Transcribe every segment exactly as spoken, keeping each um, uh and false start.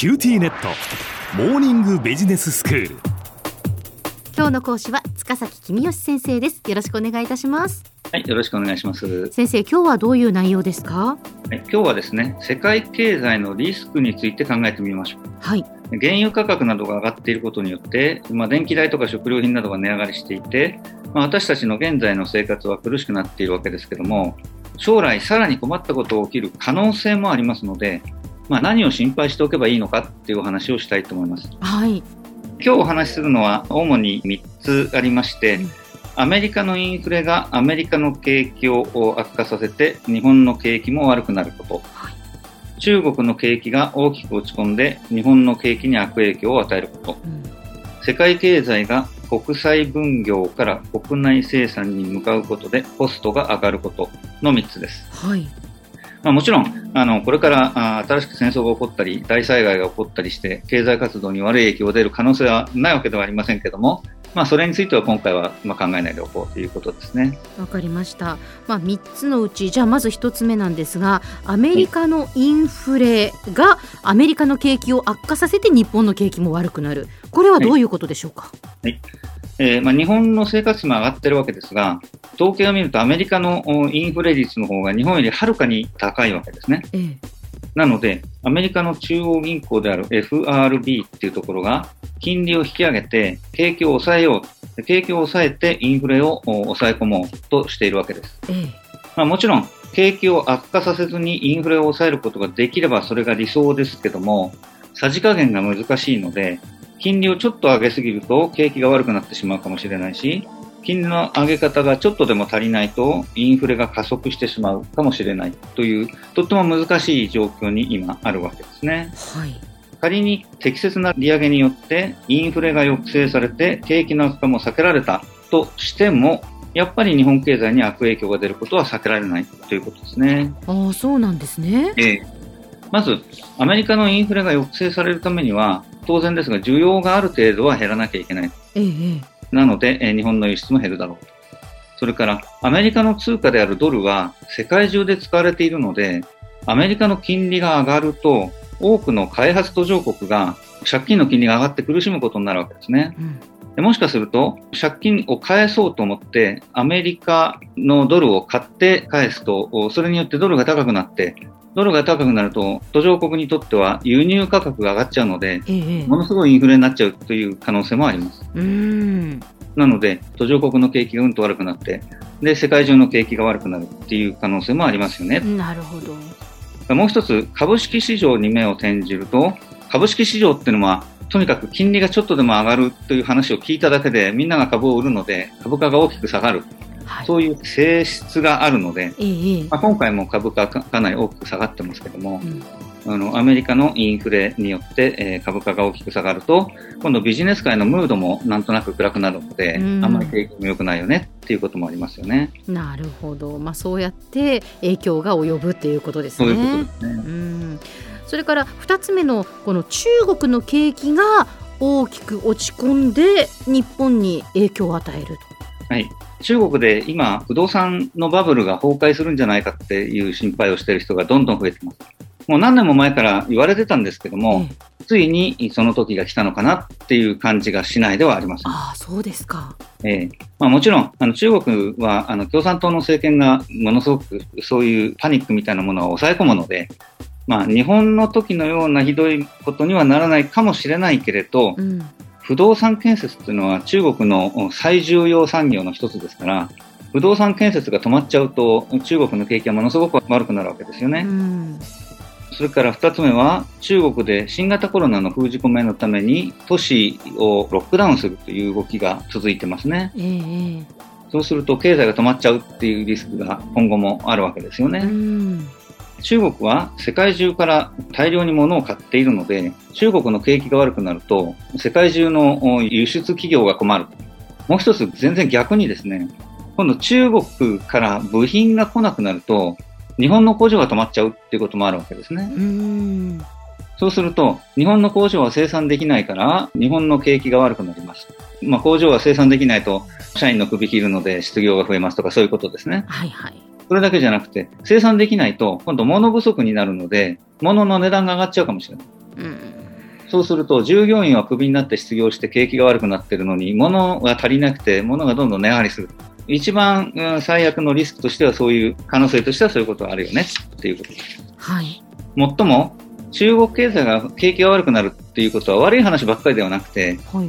キューティーネットモーニングビジネススクール。 今日の講師は塚崎君吉先生です。よろしくお願いいたします。 はい、よろしくお願いします。 先生、今日はどういう内容ですか？ はい、今日はですね、世界経済のリスクについて考えてみましょう。 はい。 原油価格などが上がっていることによって、まあ、電気代とか食料品などが値上がりしていて、まあ、私たちの現在の生活は苦しくなっているわけですけども、将来さらに困ったことが起きる可能性もありますので、まあ、何を心配しておけばいいのかっていうお話をしたいと思います。 はい。 今日お話しするのは主にみっつありまして、うん、アメリカのインフレがアメリカの景気を悪化させて日本の景気も悪くなること、はい、中国の景気が大きく落ち込んで日本の景気に悪影響を与えること、うん、世界経済が国際分業から国内生産に向かうことでコストが上がることのみっつです。 はい。 まあ、もちろんあのこれからあ新しく戦争が起こったり大災害が起こったりして経済活動に悪い影響が出る可能性はないわけではありませんけども、まあ、それについては今回はまあ考えないでおこうということですね。 わかりました。まあ、みっつのうちじゃあまずひとつめなんですが、アメリカのインフレがアメリカの景気を悪化させて日本の景気も悪くなる、これはどういうことでしょうか？ はいはい、えーまあ、日本の生活費も上がってるわけですが、統計を見るとアメリカのインフレ率の方が日本よりはるかに高いわけですね。ええ、なのでアメリカの中央銀行である エフアールビー っていうところが金利を引き上げて景気を抑えよう、景気を抑えてインフレを抑え込もうとしているわけです。ええ、まあ、もちろん景気を悪化させずにインフレを抑えることができればそれが理想ですけども、さじ加減が難しいので、金利をちょっと上げすぎると景気が悪くなってしまうかもしれないし、金利の上げ方がちょっとでも足りないとインフレが加速してしまうかもしれないという、とっても難しい状況に今あるわけですね。 はい。 仮に適切な利上げによってインフレが抑制されて景気の悪化も避けられたとしても、やっぱり日本経済に悪影響が出ることは避けられないということですね。 ああ、そうなんですね。 ええ、まずアメリカのインフレが抑制されるためには当然ですが需要がある程度は減らなきゃいけない。ええ、なので、えー、日本の輸出も減るだろう。それからアメリカの通貨であるドルは世界中で使われているので、アメリカの金利が上がると多くの開発途上国が借金の金利が上がって苦しむことになるわけですね。うん、でもしかすると借金を返そうと思ってアメリカのドルを買って返すと、それによってドルが高くなってドルが高くなると途上国にとっては輸入価格が上がっちゃうので、ええ、ものすごいインフレになっちゃうという可能性もあります。うーん、なので途上国の景気がうんと悪くなって、で世界中の景気が悪くなるっていう可能性もありますよね。 なるほど。 もう一つ、株式市場に目を転じると、株式市場っていうのはとにかく金利がちょっとでも上がるという話を聞いただけでみんなが株を売るので株価が大きく下がる、はい、そういう性質があるので、ええ、まあ、今回も株価かなり大きく下がってますけども、うん、あのアメリカのインフレによって、えー、株価が大きく下がると今度ビジネス界のムードもなんとなく暗くなるので、うん、あんまり景気も良くないよねっていうこともありますよね。 なるほど、まあ、そうやって影響が及ぶっていうことですね。 そういうことですね。 うん、それからふたつめのこの中国の景気が大きく落ち込んで日本に影響を与えると。 はい、中国で今不動産のバブルが崩壊するんじゃないかっていう心配をしている人がどんどん増えています。もう何年も前から言われてたんですけども、ええ、ついにその時が来たのかなっていう感じがしないではありません。 ああ、そうですか。 ええ、まあ、もちろんあの中国はあの共産党の政権がものすごくそういうパニックみたいなものを抑え込むので、まあ、日本の時のようなひどいことにはならないかもしれないけれど、うん、不動産建設というのは中国の最重要産業の一つですから、不動産建設が止まっちゃうと中国の景気はものすごく悪くなるわけですよね。うん、それからふたつめは中国で新型コロナの封じ込めのために都市をロックダウンするという動きが続いてますね。えー、そうすると経済が止まっちゃうっていうリスクが今後もあるわけですよね。うん、中国は世界中から大量に物を買っているので、中国の景気が悪くなると世界中の輸出企業が困る。もう一つ全然逆にですね、今度中国から部品が来なくなると日本の工場が止まっちゃうっていうこともあるわけですね。うーん、そうすると日本の工場は生産できないから日本の景気が悪くなります。まあ、工場は生産できないと社員の首切るので失業が増えますとか、そういうことですね。はいはい。それだけじゃなくて生産できないと今度物不足になるので物の値段が上がっちゃうかもしれない。 うん、 そうすると従業員はクビになって失業して景気が悪くなっているのに物が足りなくて物がどんどん値上がりする。一番、うん、最悪のリスクとしてはそういう可能性としてはそういうことがあるよねっていうことです。 はい。 もっとも中国経済が景気が悪くなるっていうことは悪い話ばっかりではなくて、はい、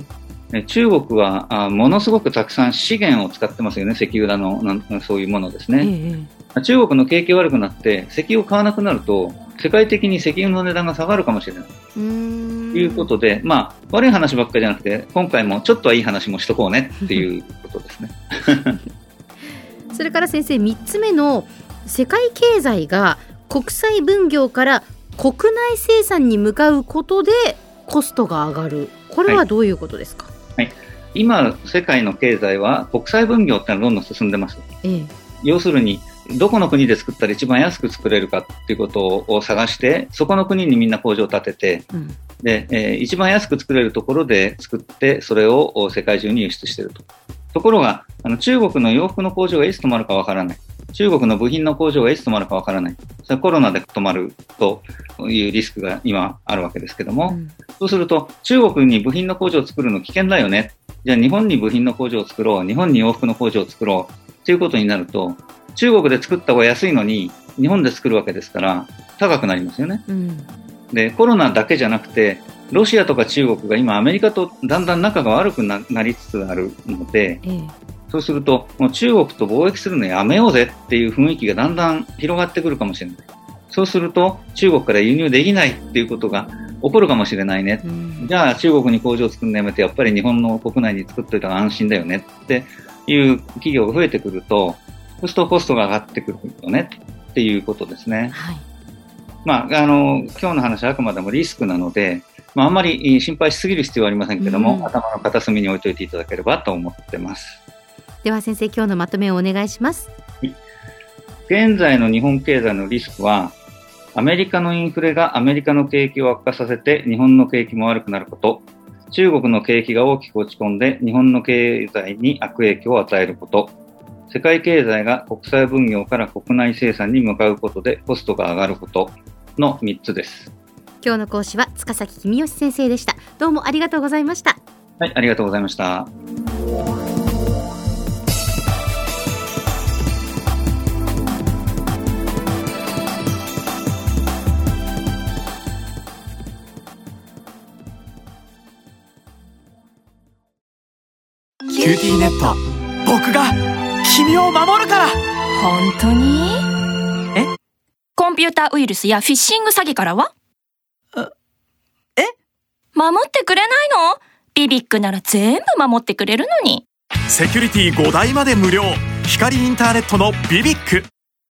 中国はあものすごくたくさん資源を使ってますよね。石油だのなんそういうものですね、ええ、中国の景気悪くなって石油を買わなくなると世界的に石油の値段が下がるかもしれないということで、まあ、悪い話ばっかりじゃなくて今回もちょっとはいい話もしとこうねっていうことですねそれから先生、みっつめの世界経済が国際分業から国内生産に向かうことでコストが上がる。これはどういうことですか？ はいはい、今世界の経済は国際分業ってのはどんどん進んでます、ええ、要するにどこの国で作ったら一番安く作れるかっていうことを探してそこの国にみんな工場を建てて、うん、で、えー、一番安く作れるところで作ってそれを世界中に輸出していると。ところがあの中国の洋服の工場がいつ止まるかわからない。中国の部品の工場がいつ止まるかわからない。それはコロナで止まるというリスクが今あるわけですけども、うん、そうすると中国に部品の工場を作るの危険だよね。じゃあ日本に部品の工場を作ろう、日本に洋服の工場を作ろうということになると中国で作った方が安いのに日本で作るわけですから高くなりますよね、うん、でコロナだけじゃなくてロシアとか中国が今アメリカとだんだん仲が悪く な, なりつつあるので、ええ、そうするともう中国と貿易するのやめようぜっていう雰囲気がだんだん広がってくるかもしれない。そうすると中国から輸入できないっていうことが起こるかもしれないね、うん、じゃあ中国に工場を作るのやめてやっぱり日本の国内に作っておいたら安心だよねっていう企業が増えてくるとそうするとコストが上がってくるよねっていうことですね、はい。まあ、あの今日の話はあくまでもリスクなので、まあ、あんまり心配しすぎる必要はありませんけども、うん、頭の片隅に置いといていただければと思ってます。 では先生、今日のまとめをお願いします。 現在の日本経済のリスクはアメリカのインフレがアメリカの景気を悪化させて日本の景気も悪くなること、中国の景気が大きく落ち込んで日本の経済に悪影響を与えること、世界経済が国際分業から国内生産に向かうことでコストが上がることのみっつです。 今日の講師は塚崎君吉先生でした。どうもありがとうございました。 はい、ありがとうございました。 キューティーネット、僕が君を守るから。 本当に？え？コンピューターウイルスやフィッシング詐欺からは？ え？ 守ってくれないの？ビビックなら全部守ってくれるのに。 セキュリティごだいまで無料。光インターネットのビビック。